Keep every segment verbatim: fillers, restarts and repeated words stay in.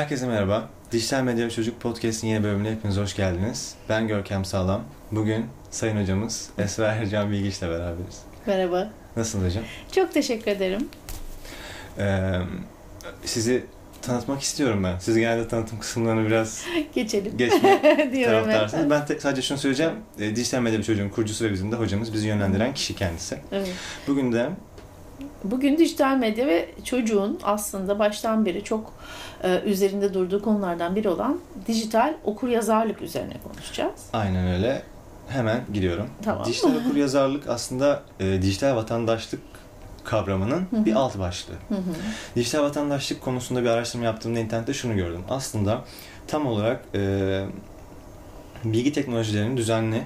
Herkese merhaba. Dijital Medya ve Çocuk Podcast'in yeni bölümüne hepiniz hoş geldiniz. Ben Görkem Sağlam. Bugün Sayın Hocamız Esra Ercan Bilgiç'le beraberiz. Merhaba. Nasılsınız hocam? Çok teşekkür ederim. Ee, sizi tanıtmak istiyorum ben. Siz genelde tanıtım kısımlarını biraz geçelim geçme taraftarsınız. Ben tek, sadece şunu söyleyeceğim. E, Dijital Medya ve Çocuğun kurucusu ve bizim de hocamız. Bizi yönlendiren kişi kendisi. Evet. Bugün de Bugün dijital medya ve çocuğun aslında baştan beri çok e, üzerinde durduğu konulardan biri olan dijital okuryazarlık üzerine konuşacağız. Aynen öyle. Hemen gidiyorum. Tamam. Dijital okuryazarlık aslında e, dijital vatandaşlık kavramının Hı-hı. bir alt başlığı. Hı-hı. Dijital vatandaşlık konusunda bir araştırma yaptığımda internette şunu gördüm. Aslında tam olarak e, bilgi teknolojilerinin düzenli,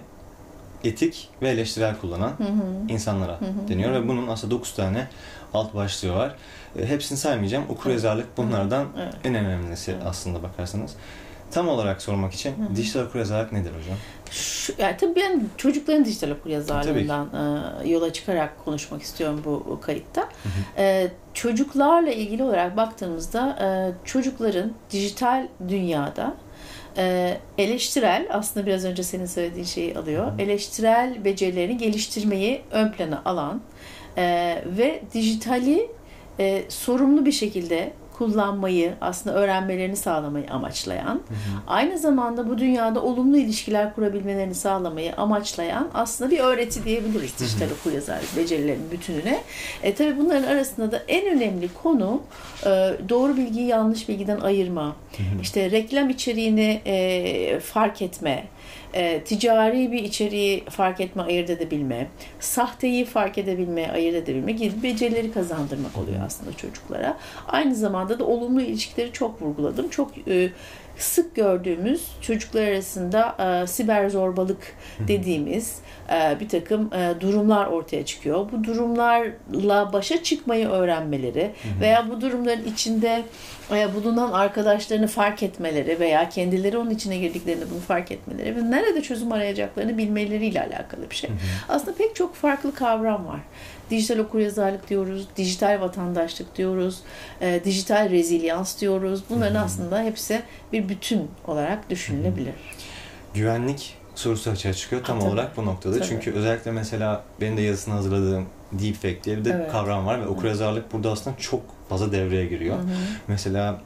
etik ve eleştirel kullanan Hı-hı. insanlara Hı-hı. deniyor ve bunun aslında dokuz tane alt başlığı var. E, hepsini saymayacağım. Okuryazarlık bunlardan evet. en önemlisi evet. aslında bakarsanız. Tam olarak sormak için Hı-hı. dijital okuryazarlık nedir hocam? Şu, yani tabii ben çocukların dijital okuryazarlığından e, yola çıkarak konuşmak istiyorum bu, bu kayıtta. E, çocuklarla ilgili olarak baktığımızda e, çocukların dijital dünyada e, eleştirel, aslında biraz önce senin söylediğin şeyi alıyor, Hı-hı. eleştirel becerilerini geliştirmeyi ön plana alan e, ve dijitali e, sorumlu bir şekilde kullanmayı, aslında öğrenmelerini sağlamayı amaçlayan, hı hı. aynı zamanda bu dünyada olumlu ilişkiler kurabilmelerini sağlamayı amaçlayan aslında bir öğreti diyebiliriz dijital okuryazarlık becerilerinin bütününe. E, tabii bunların arasında da en önemli konu e, doğru bilgiyi yanlış bilgiden ayırma, hı hı. işte reklam içeriğini e, fark etme, E, ticari bir içeriği fark etme, ayırt edebilme, sahteyi fark edebilme, ayırt edebilme gibi becerileri kazandırmak oluyor aslında çocuklara. Aynı zamanda da olumlu ilişkileri çok vurguladım. Çok e, sık gördüğümüz çocuklar arasında e, siber zorbalık dediğimiz e, bir takım e, durumlar ortaya çıkıyor. Bu durumlarla başa çıkmayı öğrenmeleri veya bu durumların içinde e, bulunan arkadaşlarını fark etmeleri veya kendileri onun içine girdiklerinde bunu fark etmeleri ve nerede çözüm arayacaklarını bilmeleriyle alakalı bir şey. Hı hı. Aslında pek çok farklı kavram var. Dijital okuryazarlık diyoruz, dijital vatandaşlık diyoruz, e, dijital rezilyans diyoruz. Bunların hı hı. aslında hepsi bir bütün olarak düşünülebilir. Güvenlik sorusu açığa çıkıyor tam ha, olarak bu noktada. Tabii. Çünkü özellikle mesela benim de yazısını hazırladığım deepfake diye bir de evet. kavram var ve okuryazarlık burada aslında çok fazla devreye giriyor. Hı hı. Mesela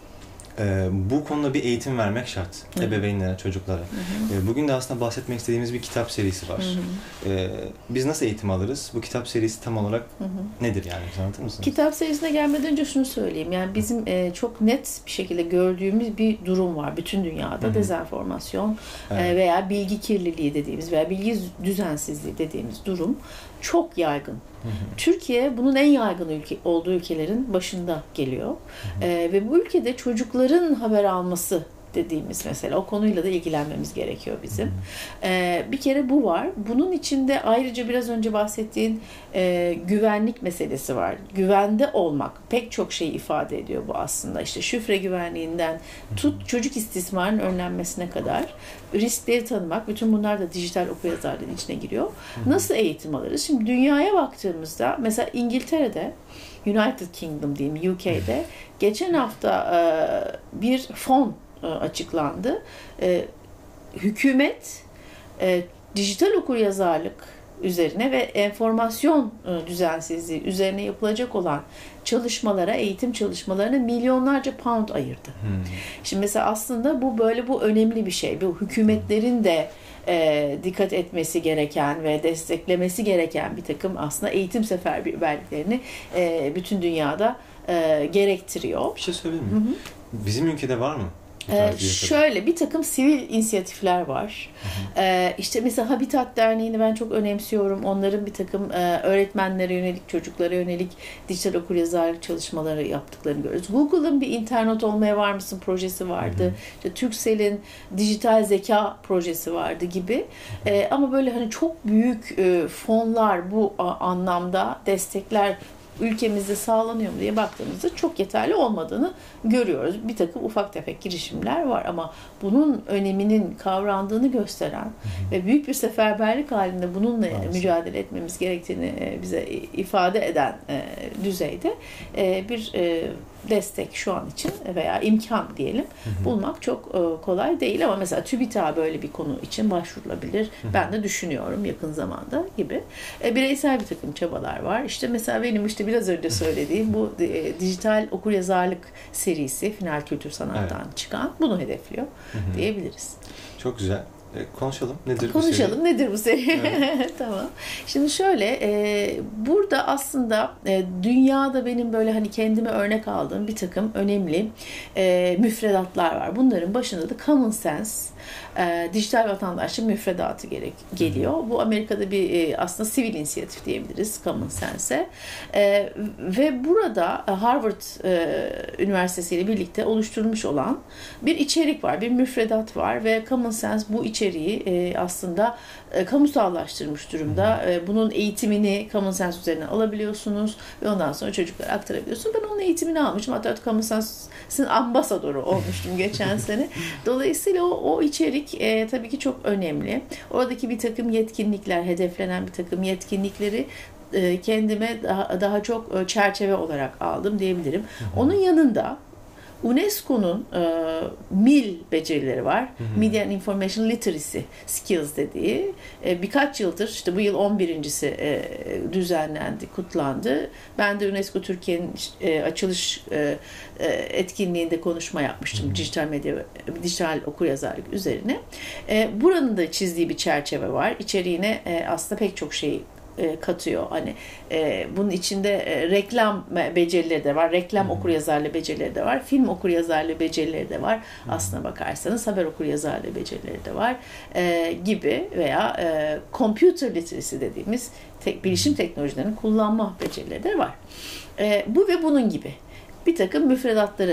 e, bu konuda bir eğitim vermek şart. Hı hı. Ebeveynlere, çocuklara. Hı hı. E, bugün de aslında bahsetmek istediğimiz bir kitap serisi var. Hı hı. E, biz nasıl eğitim alırız? Bu kitap serisi tam olarak hı hı. nedir yani? Bize anlatır mısınız? Kitap serisine gelmeden önce şunu söyleyeyim. Yani bizim e, çok net bir şekilde gördüğümüz bir durum var. Bütün dünyada hı hı. dezenformasyon evet. e, veya bilgi kirliliği dediğimiz veya bilgi düzensizliği dediğimiz durum çok yaygın. Hı hı. Türkiye bunun en yaygın ülke olduğu ülkelerin başında geliyor. Hı hı. E, ve bu ülkede çocukların haber alması dediğimiz mesela o konuyla da ilgilenmemiz gerekiyor bizim. Hmm. Ee, bir kere bu var. Bunun içinde ayrıca biraz önce bahsettiğin e, güvenlik meselesi var. Güvende olmak pek çok şey ifade ediyor bu aslında. İşte şifre güvenliğinden tut çocuk istismarının önlenmesine kadar riskleri tanımak. Bütün bunlar da dijital okuryazarlığın içine giriyor. Hmm. Nasıl eğitim alırız? Şimdi dünyaya baktığımızda mesela İngiltere'de, United Kingdom diyeyim, U K'de geçen hafta e, bir fon açıklandı. Ee, hükümet e, dijital okuryazarlık üzerine ve enformasyon e, düzensizliği üzerine yapılacak olan çalışmalara, eğitim çalışmalarına milyonlarca pound ayırdı. Hmm. Şimdi mesela aslında bu böyle bu önemli bir şey. Bu hükümetlerin de e, dikkat etmesi gereken ve desteklemesi gereken bir takım aslında eğitim seferberliklerini e, bütün dünyada e, gerektiriyor. Bir şey söyleyeyim mi? Hı hı. Bizim ülkede var mı? Ee, şöyle bir takım sivil inisiyatifler var. Hı hı. Ee, işte mesela Habitat Derneği'ni ben çok önemsiyorum. Onların bir takım e, öğretmenlere yönelik, çocuklara yönelik dijital okuryazarlık çalışmaları yaptıklarını görüyoruz. Google'ın bir internet olmaya var mısın projesi vardı. Hı hı. İşte Turkcell'in dijital zeka projesi vardı gibi. Hı hı. E, ama böyle hani çok büyük e, fonlar bu a, anlamda destekler ülkemizde sağlanıyor mu diye baktığımızda çok yeterli olmadığını görüyoruz. Bir takım ufak tefek girişimler var ama bunun öneminin kavrandığını gösteren hı hı. ve büyük bir seferberlik halinde bununla Maalesef. mücadele etmemiz gerektiğini bize ifade eden düzeyde bir destek şu an için veya imkan diyelim hı hı. bulmak çok e, kolay değil ama mesela TÜBİTAK'a böyle bir konu için başvurulabilir. Hı hı. Ben de düşünüyorum yakın zamanda gibi. E, bireysel bir takım çabalar var. İşte mesela benim işte biraz önce söylediğim bu e, dijital okuryazarlık serisi Final Kültür Sanat'tan evet. çıkan bunu hedefliyor hı hı. diyebiliriz. Çok güzel. E, konuşalım. Nedir konuşalım. bu seri? Nedir bu seri? Evet. Tamam. Şimdi şöyle, e, burada aslında e, dünyada benim böyle hani kendime örnek aldığım bir takım önemli e, müfredatlar var. Bunların başında da Common Sense, e, dijital vatandaşlık müfredatı gerek geliyor. Hı. Bu Amerika'da bir e, aslında sivil inisiyatif diyebiliriz Common Sense'e. E, ve burada Harvard e, Üniversitesi ile birlikte oluşturulmuş olan bir içerik var, bir müfredat var ve Common Sense bu içeriği e, aslında e, kamusallaştırmış durumda. E, bunun eğitimini Common Sense üzerinden alabiliyorsunuz ve ondan sonra çocuklara aktarabiliyorsunuz. Ben onun eğitimini almışım. Hatta Common Sense'in ambasadoru olmuştum geçen sene. Dolayısıyla o, o içerik e, tabii ki çok önemli. Oradaki bir takım yetkinlikler, hedeflenen bir takım yetkinlikleri e, kendime daha, daha çok çerçeve olarak aldım diyebilirim. Onun yanında UNESCO'nun e, M I L becerileri var. Hı hı. Media and Information Literacy Skills dediği. E, birkaç yıldır, işte bu yıl on birincisi E, düzenlendi, kutlandı. Ben de UNESCO Türkiye'nin e, açılış e, etkinliğinde konuşma yapmıştım. Hı hı. Dijital medya, dijital okuryazarlık üzerine. E, buranın da çizdiği bir çerçeve var. İçeriğine e, aslında pek çok şey katıyor. Hani e, bunun içinde e, reklam becerileri de var. Reklam hmm. okuryazarlığı becerileri de var. Film okuryazarlığı becerileri de var. Hmm. Aslına bakarsanız haber okuryazarlığı becerileri de var. E, gibi veya e, computer literacy dediğimiz tek, bilişim teknolojilerinin kullanma becerileri de var. E, bu ve bunun gibi bir takım müfredatları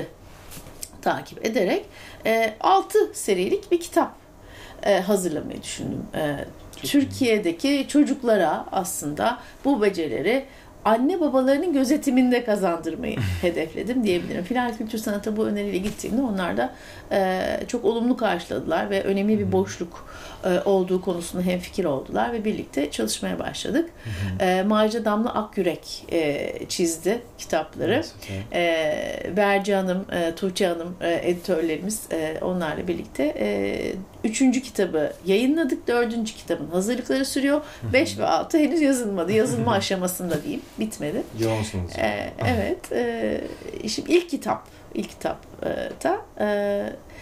takip ederek e, altı serilik bir kitap e, hazırlamayı düşündüm. E, Türkiye'deki çocuklara aslında bu becerileri anne babalarının gözetiminde kazandırmayı hedefledim diyebilirim. Final Kültür Sanat'a bu öneriyle gittiğimde onlar da e, çok olumlu karşıladılar ve önemli bir boşluk e, olduğu konusunda hemfikir oldular ve birlikte çalışmaya başladık. E, Macide Damla Akyürek e, çizdi kitapları. Evet, okay. e, Berce Hanım, e, Tuğçe Hanım e, editörlerimiz e, onlarla birlikte e, üçüncü kitabı yayınladık. Dördüncü kitabın hazırlıkları sürüyor. Beş ve altı henüz yazılmadı. Yazılma aşamasında diyeyim. Bitmedi. Yoğunsunuz. Ee, evet. E, şimdi ilk kitap, ilk kitapta e,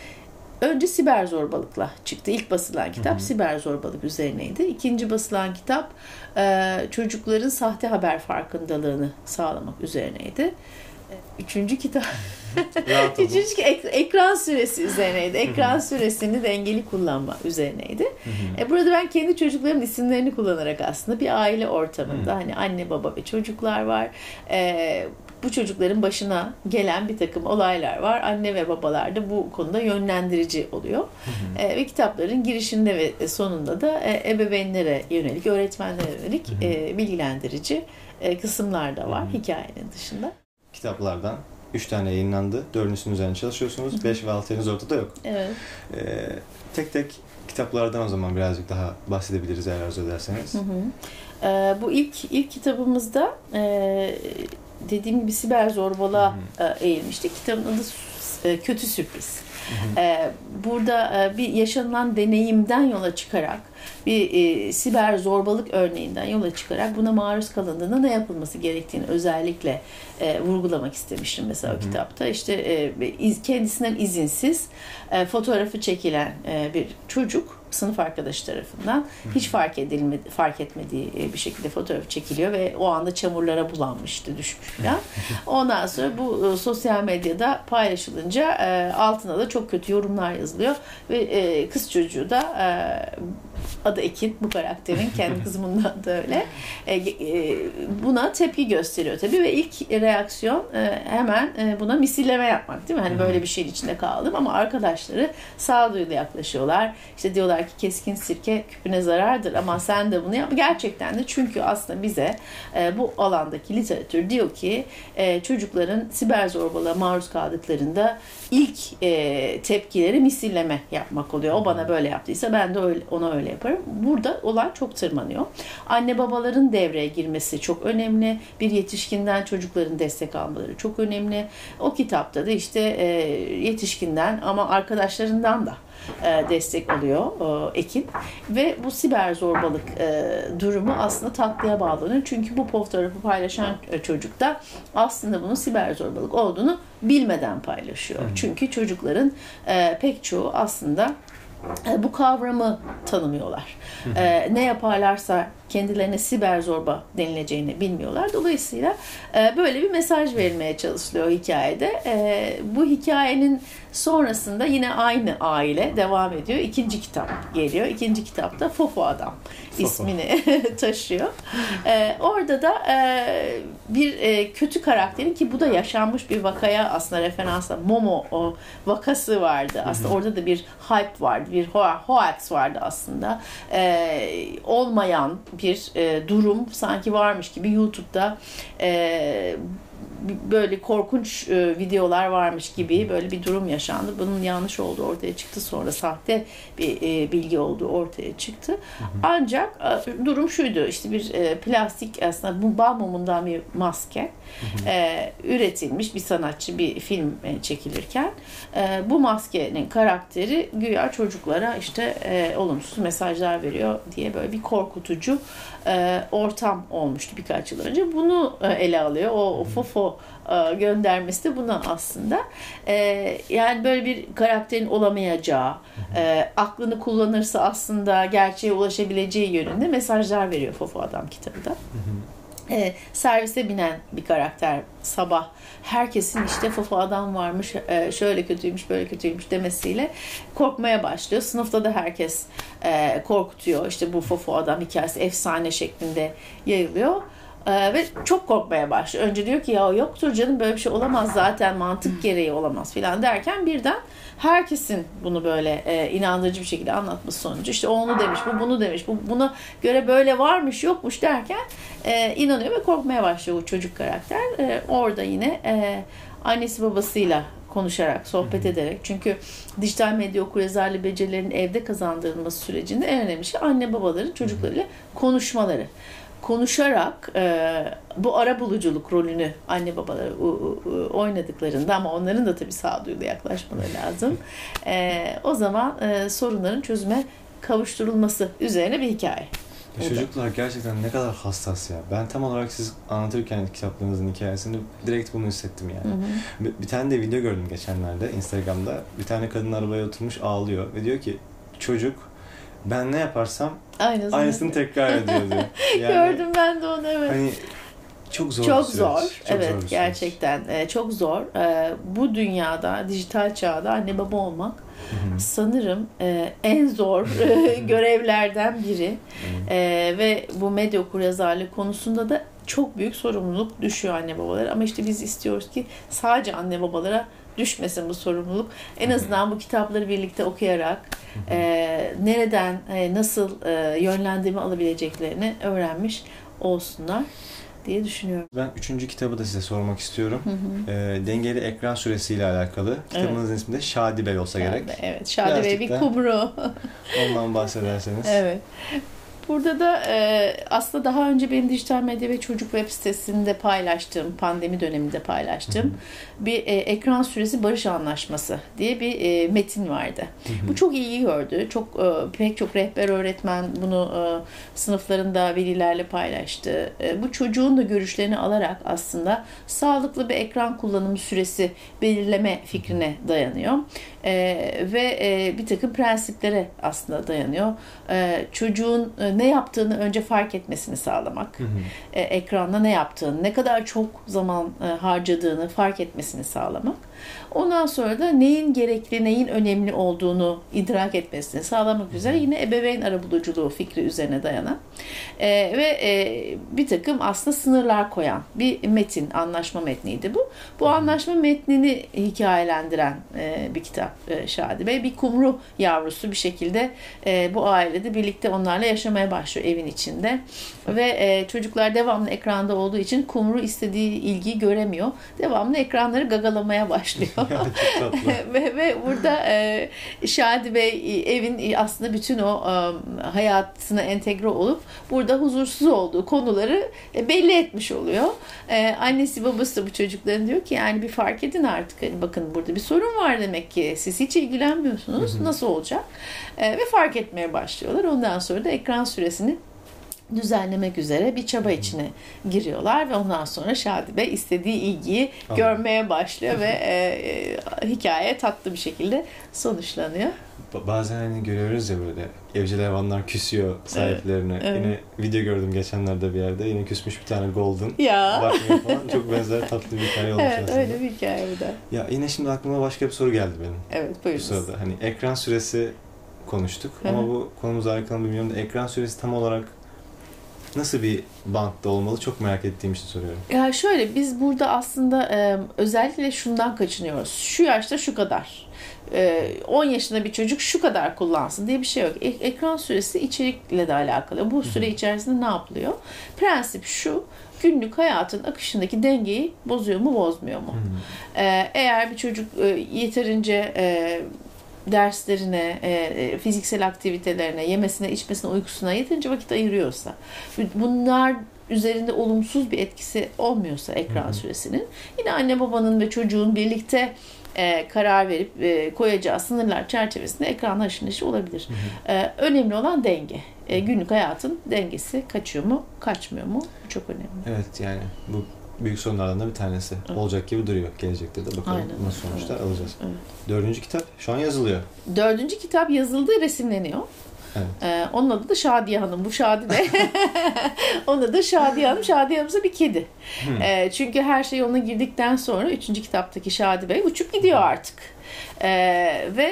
önce siber zorbalıkla çıktı. İlk basılan kitap hı hı. siber zorbalık üzerineydi. İkinci basılan kitap e, çocukların sahte haber farkındalığını sağlamak üzerineydi. Üçüncü kitap Üçüncü ek, ekran süresi üzerineydi. Ekran süresini dengeli kullanma üzerineydi. E, burada ben kendi çocuklarımın isimlerini kullanarak aslında bir aile ortamında hani anne baba ve çocuklar var. E, bu çocukların başına gelen bir takım olaylar var. Anne ve babalar da bu konuda yönlendirici oluyor. E, ve kitapların girişinde ve sonunda da e, ebeveynlere yönelik, öğretmenlere yönelik e, bilgilendirici e, kısımlar da var hikayenin dışında. Kitaplardan üç tane yayınlandı. Dördüncüsünün üzerine çalışıyorsunuz. Beş ve altı henüz ortada yok. Evet. Ee, tek tek kitaplardan o zaman birazcık daha bahsedebiliriz eğer arzu ederseniz. Hı hı. Ee, bu ilk ilk kitabımızda e, dediğim gibi siber zorbalığa hı hı. eğilmiştik. Kitabın adı e, Kötü Sürpriz. Hı hı. Ee, burada e, bir yaşanılan deneyimden yola çıkarak bir e, siber zorbalık örneğinden yola çıkarak buna maruz kalındığında ne yapılması gerektiğini özellikle e, vurgulamak istemiştim mesela o kitapta. İşte e, iz, kendisinden izinsiz e, fotoğrafı çekilen e, bir çocuk sınıf arkadaşı tarafından Hı-hı. hiç fark edilmedi, fark etmediği bir şekilde fotoğraf çekiliyor ve o anda çamurlara bulanmıştı, düşmüş falan. Ondan sonra bu e, sosyal medyada paylaşılınca e, altına da çok kötü yorumlar yazılıyor ve e, kız çocuğu da e, adı Ekin, bu karakterin, kendi kızımından da öyle. E, e, buna tepki gösteriyor tabii ve ilk reaksiyon e, hemen e, buna misilleme yapmak, değil mi? Hani böyle bir şeyin içinde kaldım ama arkadaşları sağduyulu yaklaşıyorlar. İşte diyorlar ki keskin sirke küpüne zarardır ama sen de bunu yap. Gerçekten de çünkü aslında bize e, bu alandaki literatür diyor ki e, çocukların siber zorbalığa maruz kaldıklarında ilk e, tepkileri misilleme yapmak oluyor. O bana böyle yaptıysa ben de öyle, ona öyle yaparım. bahsediyorum. Burada olay çok tırmanıyor. Anne babaların devreye girmesi çok önemli. Bir yetişkinden çocukların destek almaları çok önemli. O kitapta da işte e, yetişkinden ama arkadaşlarından da e, destek alıyor e, Ekin. Ve bu siber zorbalık e, durumu aslında tatlıya bağlanıyor. Çünkü bu fotoğrafı paylaşan çocuk da aslında bunun siber zorbalık olduğunu bilmeden paylaşıyor. Hı. Çünkü çocukların e, pek çoğu aslında e, bu kavramı tanımıyorlar. Hı. E, ne yaparlarsa kendilerine siber zorba denileceğini bilmiyorlar. Dolayısıyla e, böyle bir mesaj verilmeye çalışılıyor hikayede. E, bu hikayenin sonrasında yine aynı aile devam ediyor. İkinci kitap geliyor. İkinci kitapta Fofo Adam Fofo. ismini taşıyor. E, orada da e, bir e, kötü karakterin, ki bu da yaşanmış bir vakaya aslında referansla, Momo o vakası vardı. Aslında hı hı. orada da bir hype vardı. Bir hoax vardı aslında. E, olmayan bir e, durum sanki varmış gibi YouTube'da e, böyle korkunç e, videolar varmış gibi böyle bir durum yaşandı. Bunun yanlış olduğu ortaya çıktı. Sonra sahte bir e, bilgi olduğu ortaya çıktı. Hı hı. Ancak e, durum şuydu. İşte bir e, plastik, aslında bu bal mumundan bir maske hı hı. E, üretilmiş bir sanatçı bir film e, çekilirken e, bu maskenin karakteri güya çocuklara işte e, olumsuz mesajlar veriyor diye böyle bir korkutucu e, ortam olmuştu birkaç yıl önce. Bunu e, ele alıyor. O, o Fofo göndermesi de buna aslında. Ee, yani böyle bir karakterin olamayacağı, e, aklını kullanırsa aslında gerçeğe ulaşabileceği yönünde mesajlar veriyor Fofo Adam kitabında. Hı hı. Ee, servise binen bir karakter sabah herkesin işte Fofo Adam varmış, e, şöyle kötüymüş, böyle kötüymüş demesiyle korkmaya başlıyor. Sınıfta da herkes e, korkutuyor. İşte bu Fofo Adam hikayesi efsane şeklinde yayılıyor. Ee, ve çok korkmaya başlıyor. Önce diyor ki ya yoktur canım, böyle bir şey olamaz zaten, mantık gereği olamaz filan derken birden herkesin bunu böyle e, inandırıcı bir şekilde anlatması sonucu işte o onu demiş, bu bunu demiş, bu buna göre böyle varmış yokmuş derken e, inanıyor ve korkmaya başlıyor bu çocuk karakter. E, orada yine e, annesi babasıyla konuşarak, sohbet ederek, çünkü dijital medya okuryazarlığı becerilerinin evde kazandırılması sürecinde en önemli şey anne babaların çocuklarıyla konuşmaları. Konuşarak e, bu arabuluculuk rolünü anne babaları u, u, oynadıklarında, ama onların da tabii sağduyulu yaklaşmaları lazım. E, o zaman e, sorunların çözüme kavuşturulması üzerine bir hikaye. Çocuklar gerçekten ne kadar hassas ya. Ben tam olarak siz anlatırken kitaplarınızın hikayesinde direkt bunu hissettim yani. Hı hı. Bir, bir tane de video gördüm geçenlerde Instagram'da. Bir tane kadın arabaya oturmuş ağlıyor ve diyor ki çocuk ben ne yaparsam Aynısını, aynısını tekrar ediyor diyor. Yani, gördüm ben de onu, evet. Hani çok zor. Çok zor. Çok evet, zor gerçekten ee, çok zor. Ee, bu dünyada, dijital çağda anne baba olmak Hı-hı. sanırım e, en zor e, görevlerden biri. E, ve bu medya okuryazarlığı konusunda da çok büyük sorumluluk düşüyor anne babalara. Ama işte biz istiyoruz ki sadece anne babalara düşmesin bu sorumluluk. En azından bu kitapları birlikte okuyarak e, nereden, e, nasıl e, yönlendirme alabileceklerini öğrenmiş olsunlar diye düşünüyorum. Ben üçüncü kitabı da size sormak istiyorum. Hı hı. E, dengeli ekran süresiyle alakalı. Kitabınızın evet. ismi de Şadi Bey olsa gerek. Evet, evet. Şadi Bey bir kumru. Ondan bahsederseniz. Evet. Burada da e, aslında daha önce benim dijital medya ve çocuk web sitesinde paylaştığım, pandemi döneminde paylaştığım hı hı. bir e, ekran süresi barış anlaşması diye bir e, metin vardı. Hı hı. Bu çok ilgi gördü. Çok e, pek çok rehber öğretmen bunu e, sınıflarında velilerle paylaştı. E, bu çocuğun da görüşlerini alarak aslında sağlıklı bir ekran kullanımı süresi belirleme fikrine dayanıyor. E, ve e, bir takım prensiplere aslında dayanıyor. E, çocuğun e, ne yaptığını önce fark etmesini sağlamak, hı hı. E, ekranda ne yaptığını, ne kadar çok zaman e, harcadığını fark etmesini sağlamak. Ondan sonra da neyin gerekli, neyin önemli olduğunu idrak etmesini sağlamak üzere yine ebeveyn arabuluculuğu fikri üzerine dayanan e, ve e, bir takım aslında sınırlar koyan bir metin, anlaşma metniydi bu. Bu anlaşma metnini hikayelendiren e, bir kitap e, Şadi Bey. Bir kumru yavrusu bir şekilde e, bu ailede birlikte onlarla yaşamaya başlıyor evin içinde ve e, çocuklar devamlı ekranda olduğu için kumru istediği ilgiyi göremiyor. Devamlı ekranları gagalamaya başlıyor. başlıyor. Çok tatlı. ve, ve burada e, Şadi Bey evin aslında bütün o e, hayatına entegre olup burada huzursuz olduğu konuları e, belli etmiş oluyor. E, annesi babası da bu çocukların diyor ki yani bir fark edin artık. Hani bakın burada bir sorun var demek ki. Siz hiç ilgilenmiyorsunuz. Hı hı. Nasıl olacak? E, ve fark etmeye başlıyorlar. Ondan sonra da ekran süresini düzenlemek üzere bir çaba içine giriyorlar ve ondan sonra Şadi Bey istediği ilgiyi Anladım. görmeye başlıyor ve e, e, hikaye tatlı bir şekilde sonuçlanıyor. Bazen hani görüyoruz ya böyle evcil hayvanlar küsüyor sahiplerine. Evet, evet. Yine video gördüm geçenlerde bir yerde. Yine küsmüş bir tane golden. Ya. Bakmıyor falan. Çok benzer tatlı bir hikaye olmuş evet, aslında. Evet öyle bir hikaye bu da. Ya yine şimdi aklıma başka bir soru geldi benim. Evet buyurunuz. Bu sırada hani ekran süresi konuştuk. Hı-hı. Ama bu konumuz harika mı bilmiyorum da ekran süresi tam olarak nasıl bir bantta olmalı çok merak ettiğim için soruyorum. Ya şöyle biz burada aslında e, özellikle şundan kaçınıyoruz. Şu yaşta şu kadar. E, on yaşında bir çocuk şu kadar kullansın diye bir şey yok. E, ekran süresi içerikle de alakalı. Bu süre içerisinde ne yapılıyor? Prensip şu. Günlük hayatın akışındaki dengeyi bozuyor mu bozmuyor mu? E, eğer bir çocuk e, yeterince e, derslerine, e, fiziksel aktivitelerine, yemesine, içmesine, uykusuna yeterince vakit ayırıyorsa, bunlar üzerinde olumsuz bir etkisi olmuyorsa ekran Hı-hı. süresinin, yine anne babanın ve çocuğun birlikte e, karar verip e, koyacağı sınırlar çerçevesinde ekran haşır neşir olabilir. E, önemli olan denge. E, günlük hayatın dengesi kaçıyor mu, kaçmıyor mu? Bu çok önemli. Evet yani bu büyük sorunlardan da bir tanesi. Evet. Olacak gibi duruyor. Gelecekte de bakalım Aynen. nasıl sonuçlar evet. alacağız. Evet. Dördüncü kitap şu an yazılıyor. Dördüncü kitap yazıldı, resimleniyor. Evet. Ee, onun adı da Şadiye Hanım. Bu Şadi de. Onun adı da Şadiye Hanım. Şadiye Hanım ise bir kedi. Hmm. Ee, çünkü her şey yoluna girdikten sonra üçüncü kitaptaki Şadi Bey uçup gidiyor artık. Ee, ve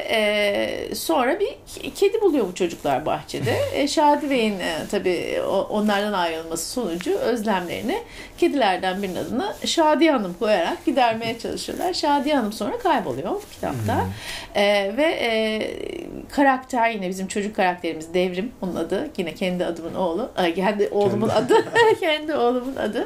e, sonra bir kedi buluyor bu çocuklar bahçede. E, Şadi Bey'in e, tabii o, onlardan ayrılması sonucu özlemlerini kedilerden birinin adına Şadiye Hanım koyarak gidermeye çalışıyorlar. Şadiye Hanım sonra kayboluyor kitapta. Hmm. E, ve e, karakter yine bizim çocuk karakterimiz Devrim. Onun adı. Yine kendi adımın oğlu. Kendi oğlumun adı. kendi oğlumun adı.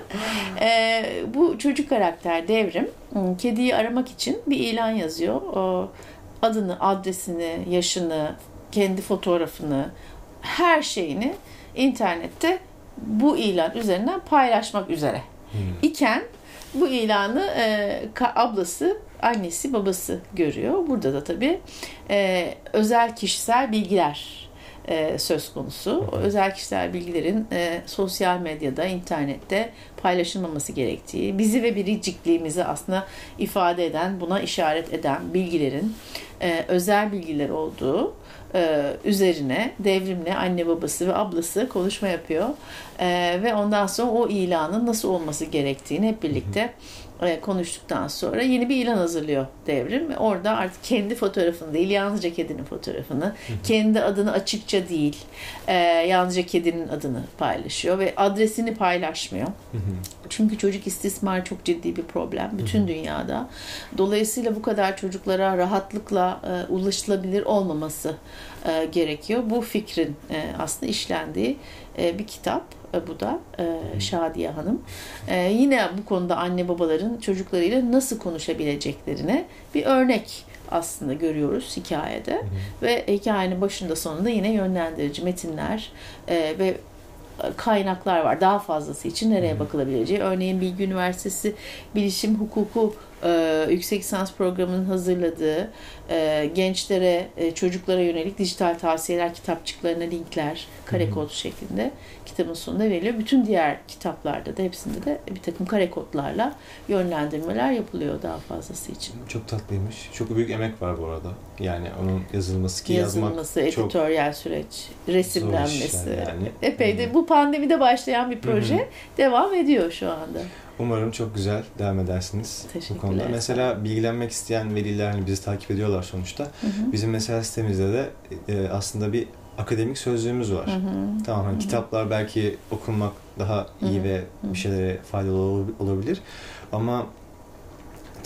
E, bu çocuk karakter Devrim kediyi aramak için bir ilan yazıyor. O adını, adresini, yaşını, kendi fotoğrafını, her şeyini internette bu ilan üzerinden paylaşmak üzere. Hmm. İken bu ilanı e, ablası, annesi, babası görüyor. Burada da tabii e, özel kişisel bilgiler e, söz konusu. O özel kişisel bilgilerin e, sosyal medyada, internette paylaşılmaması gerektiği, bizi ve biricikliğimizi aslında ifade eden, buna işaret eden bilgilerin e, özel bilgiler olduğu e, üzerine Devrim'le anne babası ve ablası konuşma yapıyor. E, ve ondan sonra o ilanın nasıl olması gerektiğini hep birlikte e, konuştuktan sonra yeni bir ilan hazırlıyor Devrim. Orada artık kendi fotoğrafını değil, yalnızca kedinin fotoğrafını, hı hı. kendi adını açıkça değil, e, yalnızca kedinin adını paylaşıyor ve adresini paylaşmıyor. Hı hı. Çünkü çocuk istismarı çok ciddi bir problem bütün hı hı. dünyada. Dolayısıyla bu kadar çocuklara rahatlıkla e, ulaşılabilir olmaması e, gerekiyor. Bu fikrin e, aslında işlendiği e, bir kitap. Bu da e, Şadiye Hanım. E, yine bu konuda anne babaların çocuklarıyla nasıl konuşabileceklerine bir örnek aslında görüyoruz hikayede. Hı hı. Ve hikayenin başında sonunda yine yönlendirici metinler e, ve kaynaklar var. Daha fazlası için nereye hı hı. bakılabileceği. Örneğin Bilgi Üniversitesi Bilişim Hukuku e, yüksek lisans programının hazırladığı e, gençlere, e, çocuklara yönelik dijital tavsiyeler kitapçıklarına linkler, kare kod şeklinde kitabın sonunda veriliyor. Bütün diğer kitaplarda da hepsinde de bir takım kare kodlarla yönlendirmeler yapılıyor daha fazlası için. Çok tatlıymış. Çok büyük emek var bu arada. Yani onun yazılması ki yazılması, yazmak editoryal süreç, resimlenmesi. Yani. Epey de bu pandemide başlayan bir proje Hı-hı. devam ediyor şu anda. Umarım çok güzel devam edersiniz bu konuda. Mesela bilgilenmek isteyen veliler hani bizi takip ediyorlar sonuçta. Hı hı. Bizim mesela sitemizde de e, aslında bir akademik sözlüğümüz var. Hı hı. Tamam hani hı hı. kitaplar belki okunmak daha iyi hı hı. ve bir şeylere faydalı olabilir. Ama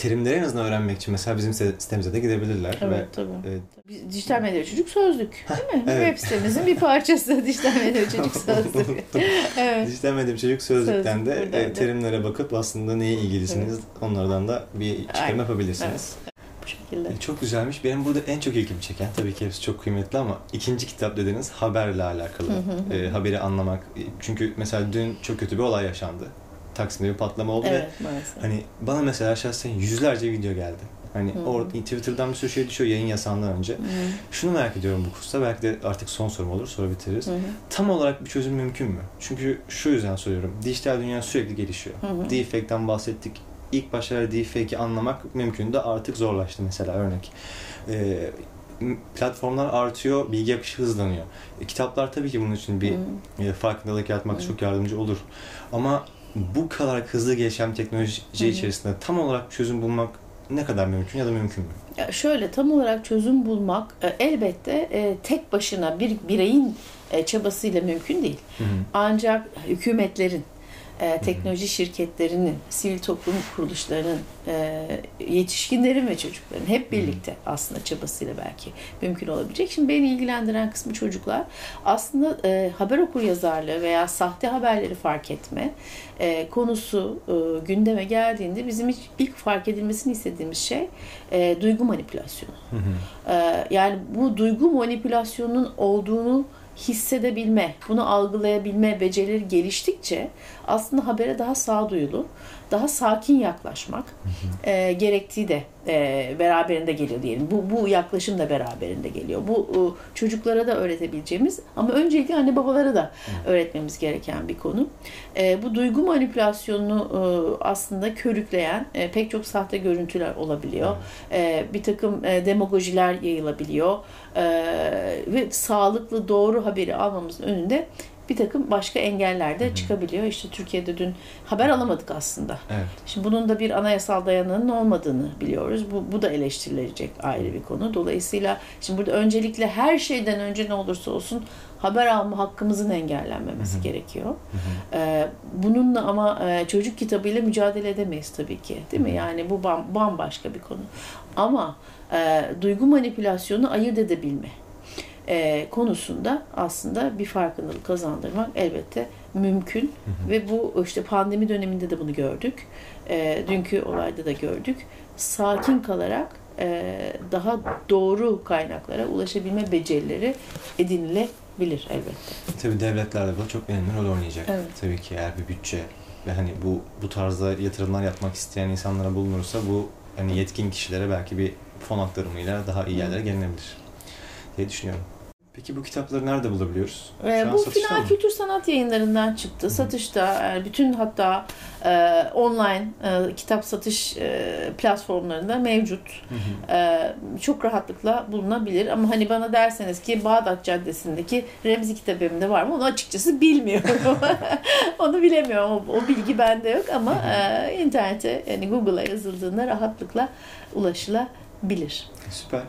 terimleri en azından öğrenmek için mesela bizim sitemize de gidebilirler. Evet, ve, tabii. E, Dijital Medya Çocuk Sözlük, değil mi? Evet. Web sitemizin bir parçası Dijital Medya Çocuk Sözlük. Evet. Dijital Medya Çocuk Sözlük'ten Sözlük, de e, terimlere bakıp aslında neye ilgilisiniz, evet, onlardan da bir çıkarım Aynen. yapabilirsiniz. Evet. Bu şekilde. E, çok güzelmiş. Benim burada en çok ilgimi çeken, tabii ki hepsi çok kıymetli ama ikinci kitap dediğiniz haberle alakalı. e, haberi anlamak. Çünkü mesela dün çok kötü bir olay yaşandı. Taksim'de bir patlama oldu, evet, ve maalesef. hani bana mesela şahsen yüzlerce video geldi. Hani orada Twitter'dan bir sürü şey düşüyor yayın yasağından önce. Hı-hı. Şunu merak ediyorum bu kursta. Belki de artık son sorum olur, sonra bitiririz. Hı-hı. Tam olarak bir çözüm mümkün mü? Çünkü şu yüzden soruyorum. Dijital dünya sürekli gelişiyor. Hı-hı. Deepfake'den bahsettik. İlk başlarda deepfake'i anlamak mümkün de artık zorlaştı mesela, örnek. Ee, platformlar artıyor, bilgi akışı hızlanıyor. E, kitaplar tabii ki bunun için bir e, farkındalık yaratmak Hı-hı. çok yardımcı olur. Ama bu kadar hızlı gelişen teknoloji Hı-hı. içerisinde tam olarak çözüm bulmak ne kadar mümkün ya da mümkün mü? Ya şöyle, tam olarak çözüm bulmak e, elbette e, tek başına bir bireyin e, çabasıyla mümkün değil. Hı hı. Ancak hükümetlerin, e, teknoloji şirketlerinin, sivil toplum kuruluşlarının, e, yetişkinlerin ve çocukların hep birlikte aslında çabasıyla belki mümkün olabilecek. Şimdi beni ilgilendiren kısmı çocuklar. Aslında e, haber okuryazarlığı veya sahte haberleri fark etme e, konusu e, gündeme geldiğinde bizim ilk, ilk fark edilmesini istediğimiz şey e, duygu manipülasyonu. Hı hı. E, yani bu duygu manipülasyonunun olduğunu hissedebilme, bunu algılayabilme becerileri geliştikçe aslında habere daha sağduyulu, daha sakin yaklaşmak hı hı. E, gerektiği de e, beraberinde geliyor diyelim. Bu, bu yaklaşım da beraberinde geliyor. Bu e, çocuklara da öğretebileceğimiz ama öncelikle anne babalara da hı. öğretmemiz gereken bir konu. E, bu duygu manipülasyonunu e, aslında körükleyen e, pek çok sahte görüntüler olabiliyor. E, bir takım e, demagojiler yayılabiliyor. E, ve sağlıklı, doğru haberi almamızın önünde bir takım başka engeller de çıkabiliyor. İşte Türkiye'de dün haber alamadık aslında. Evet. Şimdi bunun da bir anayasal dayanağının olmadığını biliyoruz. Bu, bu da eleştirilecek ayrı bir konu. Dolayısıyla şimdi burada öncelikle her şeyden önce ne olursa olsun haber alma hakkımızın engellenmemesi Hı-hı. gerekiyor. Hı-hı. Ee, bununla ama e, çocuk kitabıyla mücadele edemeyiz tabii ki. Değil mi? Yani bu bam, bambaşka bir konu. Ama e, duygu manipülasyonu ayırt edebilme E, konusunda aslında bir farkındalık kazandırmak elbette mümkün. Hı hı. Ve bu işte pandemi döneminde de bunu gördük. E, dünkü olayda da gördük. Sakin kalarak e, daha doğru kaynaklara ulaşabilme becerileri edinilebilir elbette. Tabii devletler de burada çok önemli rol oynayacak. Evet. Tabii ki eğer bir bütçe ve hani bu bu tarzda yatırımlar yapmak isteyen insanlara bulunursa bu hani yetkin kişilere belki bir fon aktarımıyla daha iyi yerlere gelinebilir diye düşünüyorum. Peki bu kitapları nerede bulabiliyoruz? Ee, bu Final mı? Kültür Sanat Yayınları'ndan çıktı. Hı-hı. Satışta yani bütün hatta e, online e, kitap satış e, platformlarında mevcut. E, çok rahatlıkla bulunabilir. Ama hani bana derseniz ki Bağdat Caddesi'ndeki Remzi Kitabevi'nde var mı? Onu açıkçası bilmiyorum. Onu bilemiyorum. O, o bilgi bende yok ama e, internete yani Google'a yazıldığında rahatlıkla ulaşılabilir. Süper.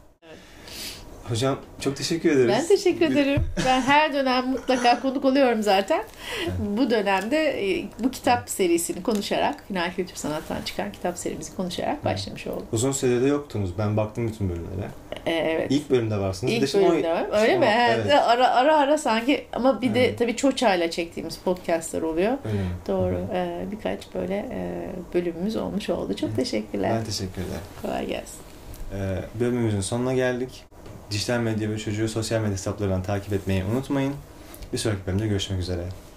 Hocam çok teşekkür ederiz. Ben teşekkür ederim. Ben her dönem mutlaka konuk oluyorum zaten. Evet. Bu dönemde bu kitap serisini konuşarak, Final Kültür Sanat'tan çıkan kitap serimizi konuşarak evet. başlamış oldum. Uzun süredir yoktunuz. Ben baktım bütün bölümlere. Ee, evet. İlk bölümde varsınız. İlk bölümde var. Öyle mi? Evet. Ara ara ara sanki ama bir de evet. tabii Çoça'yla çektiğimiz podcastlar oluyor. Öyle mi? Doğru. Ee, birkaç böyle bölümümüz olmuş oldu. Çok teşekkürler. Ben teşekkür ederim. Kolay gelsin. Ee, bölümümüzün sonuna geldik. Dijital Medya ve Çocuğu sosyal medya hesaplarından takip etmeyi unutmayın. Bir sonraki bölümde görüşmek üzere.